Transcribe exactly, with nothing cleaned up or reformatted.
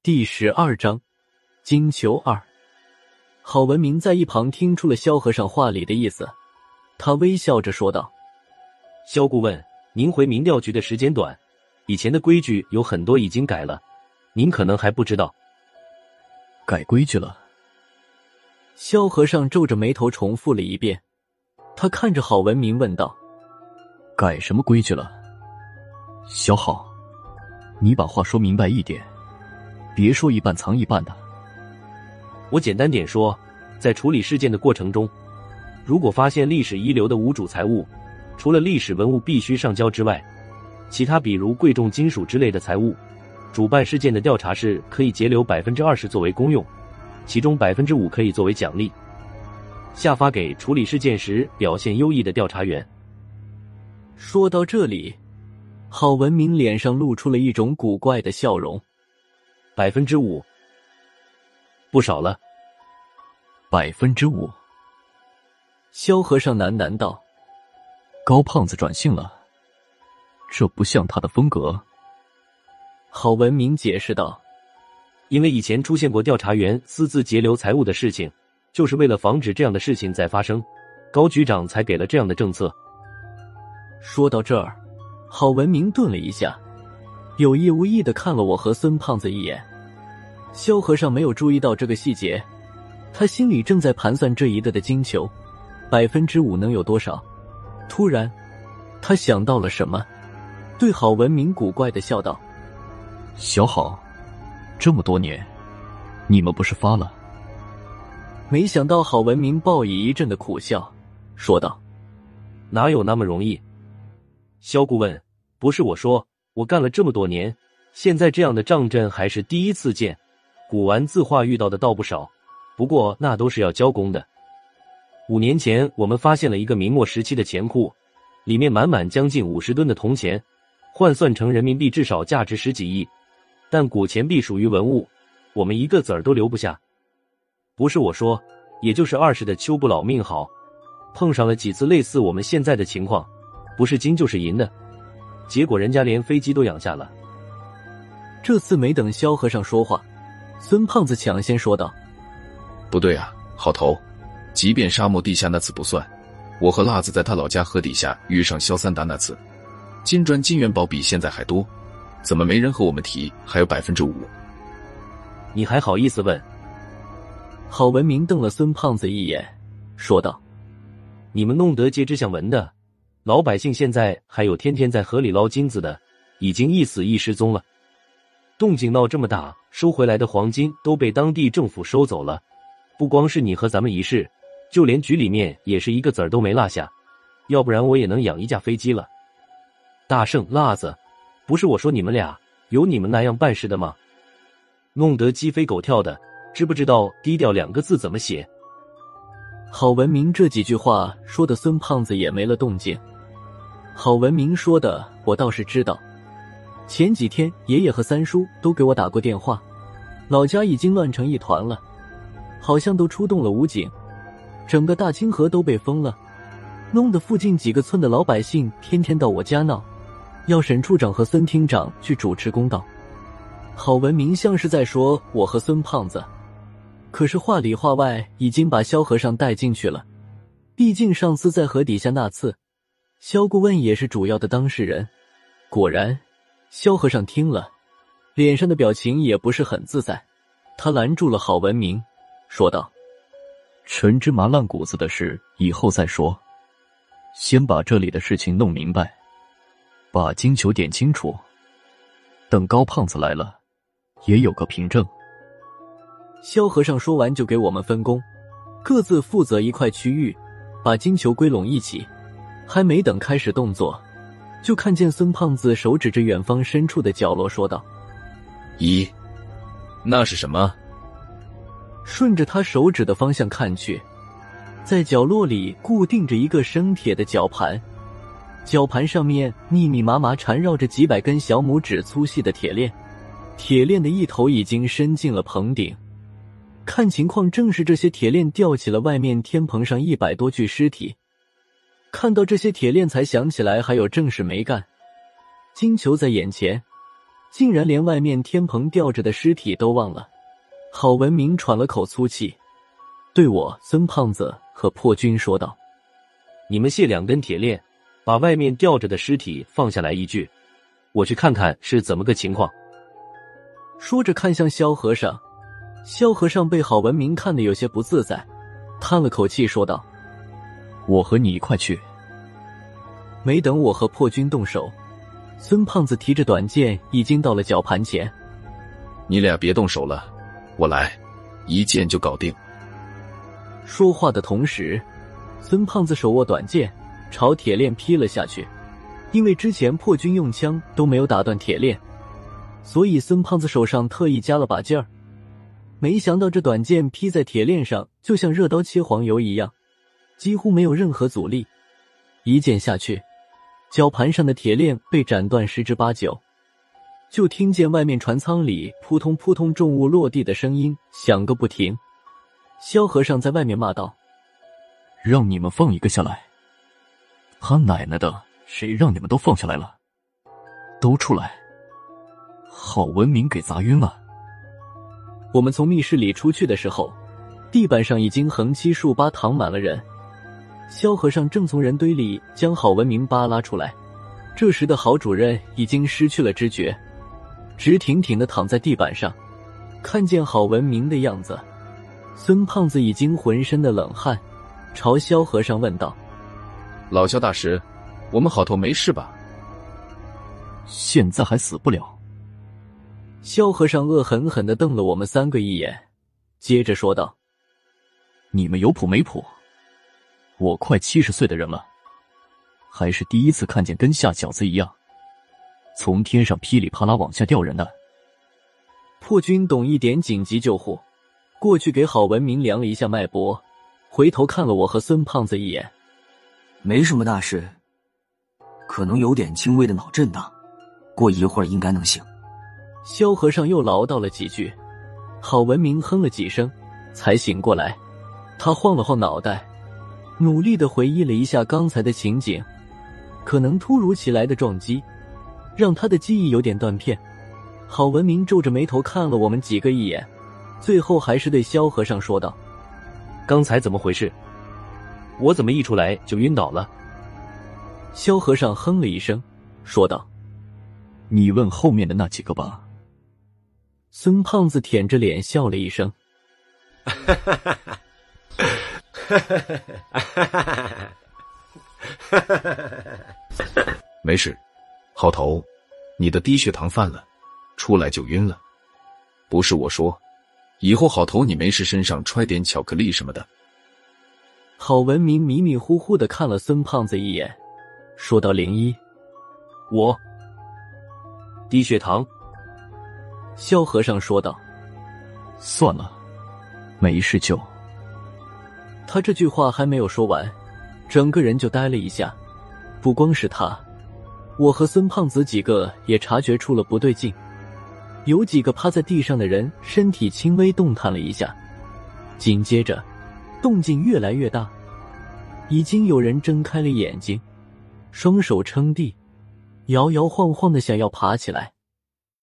第十二章金球二。郝文明在一旁听出了萧和尚话里的意思，他微笑着说道： 萧顾问，您回民调局的时间短，以前的规矩有很多已经改了，您可能还不知道。 改规矩了？ 萧和尚皱着眉头重复了一遍，他看着郝文明问道： 改什么规矩了？萧郝，你把话说明白一点，别说一半藏一半的。 我简单点说，在处理事件的过程中，如果发现历史遗留的无主财物，除了历史文物必须上交之外，其他比如贵重金属之类的财物，主办事件的调查室可以截留 百分之二十 作为公用，其中 百分之五 可以作为奖励，下发给处理事件时表现优异的调查员。 说到这里，郝文明脸上露出了一种古怪的笑容。 百分之五 不少了。 百分之五。 萧和尚喃喃道： 高胖子转性了，这不像他的风格。 郝文明解释道： 因为以前出现过调查员私自截留财物的事情，就是为了防止这样的事情再发生，高局长才给了这样的政策。 说到这儿，郝文明顿了一下，有意无意地看了我和孙胖子一眼。萧和尚没有注意到这个细节，他心里正在盘算这一个的金球 百分之五 能有多少。突然他想到了什么，对郝文明古怪地笑道： 小郝，这么多年你们不是发了？ 没想到郝文明报以一阵的苦笑，说道： 哪有那么容易？萧顾问，不是我说，我干了这么多年，现在这样的账阵还是第一次见，古玩字画遇到的倒不少，不过那都是要交工的。五年前我们发现了一个明末时期的钱库，里面满满将近五十吨的铜钱，换算成人民币至少价值十几亿，但古钱币属于文物，我们一个子儿都留不下。不是我说，也就是二世的邱不老命好，碰上了几次类似我们现在的情况，不是金就是银的，结果人家连飞机都养下了。 这次没等萧和尚说话，孙胖子抢先说道： 不对啊，好头，即便沙漠地下那次不算，我和辣子在他老家河底下遇上萧三达那次，金砖金元宝比现在还多，怎么没人和我们提还有 百分之五？ 你还好意思问？ 郝文明瞪了孙胖子一眼，说道： 你们弄得街知巷闻的，老百姓现在还有天天在河里捞金子的，已经一死一失踪了。动静闹这么大，收回来的黄金都被当地政府收走了，不光是你和咱们一事，就连局里面也是一个子儿都没落下，要不然我也能养一架飞机了。大圣、辣子，不是我说你们俩，有你们那样办事的吗？弄得鸡飞狗跳的，知不知道低调两个字怎么写？ 郝文明这几句话说的孙胖子也没了动静。郝文明说的我倒是知道，前几天爷爷和三叔都给我打过电话，老家已经乱成一团了，好像都出动了武警，整个大清河都被封了，弄得附近几个村的老百姓天天到我家闹，要沈处长和孙厅长去主持公道。郝文明像是在说我和孙胖子，可是话里话外已经把萧和尚带进去了，毕竟上次在河底下那次，萧顾问也是主要的当事人。果然萧和尚听了，脸上的表情也不是很自在，他拦住了郝文明，说道： 陈芝麻烂谷子的事以后再说，先把这里的事情弄明白，把金球点清楚，等高胖子来了也有个凭证。 萧和尚说完就给我们分工，各自负责一块区域，把金球归拢一起。还没等开始动作，就看见孙胖子手指着远方深处的角落说道： 咦，那是什么？ 顺着他手指的方向看去，在角落里固定着一个生铁的绞盘，绞盘上面密密麻麻缠绕着几百根小拇指粗细的铁链，铁链的一头已经伸进了棚顶，看情况正是这些铁链吊起了外面天棚上一百多具尸体。看到这些铁链才想起来还有正事没干，金球在眼前， 竟然连外面天棚吊着的尸体都忘了。郝文明喘了口粗气，对我、孙胖子和破军说道：“ 你们卸两根铁链，把外面吊着的尸体放下来一具，我去看看是怎么个情况。” 说着看向萧和尚，萧和尚被郝文明看得有些不自在，叹了口气说道：“ 我和你一块去。” 没等我和破军动手，孙胖子提着短剑已经到了绞盘前。 你俩别动手了，我来，一剑就搞定。 说话的同时，孙胖子手握短剑朝铁链劈了下去。因为之前破军用枪都没有打断铁链，所以孙胖子手上特意加了把劲儿。没想到这短剑劈在铁链上，就像热刀切黄油一样，几乎没有任何阻力。一剑下去，绞盘上的铁链被斩断十之八九。就听见外面船舱里扑通扑通重物落地的声音响个不停。萧和尚在外面骂道：“ 让你们放一个下来！他奶奶的，谁让你们都放下来了？都出来！郝文明给砸晕了。” 我们从密室里出去的时候，地板上已经横七竖八躺满了人。萧和尚正从人堆里将郝文明扒拉出来，这时的郝主任已经失去了知觉，直挺挺地躺在地板上。看见郝文明的样子，孙胖子已经浑身的冷汗，朝萧和尚问道：“ 老萧大师，我们好头没事吧？” 现在还死不了。 萧和尚恶狠狠地瞪了我们三个一眼，接着说道：“ 你们有谱没谱？我快七十岁的人了，还是第一次看见跟下饺子一样，从天上噼里啪啦往下掉人的。” 破军懂一点紧急救护，过去给郝文明量了一下脉搏，回头看了我和孙胖子一眼：“ 没什么大事，可能有点轻微的脑震荡，过一会儿应该能醒。” 萧和尚又唠叨了几句，郝文明哼了几声才醒过来。他晃了晃脑袋，努力地回忆了一下刚才的情景，可能突如其来的撞击让他的记忆有点断片。郝文明皱着眉头看了我们几个一眼，最后还是对萧和尚说道：“ 刚才怎么回事？我怎么一出来就晕倒了？” 萧和尚哼了一声说道：“ 你问后面的那几个吧。” 孙胖子舔着脸笑了一声：“ 没事，郝头，你的低血糖犯了，出来就晕了。不是我说，以后郝头你没事身上揣点巧克力什么的。” 郝文明迷迷糊糊地看了孙胖子一眼，说道：“零一， 我低血糖。” 萧和尚说道：“ 算了，没事就……” 他这句话还没有说完，整个人就呆了一下。不光是他，我和孙胖子几个也察觉出了不对劲。有几个趴在地上的人身体轻微动弹了一下，紧接着动静越来越大，已经有人睁开了眼睛，双手撑地，摇摇晃晃的想要爬起来。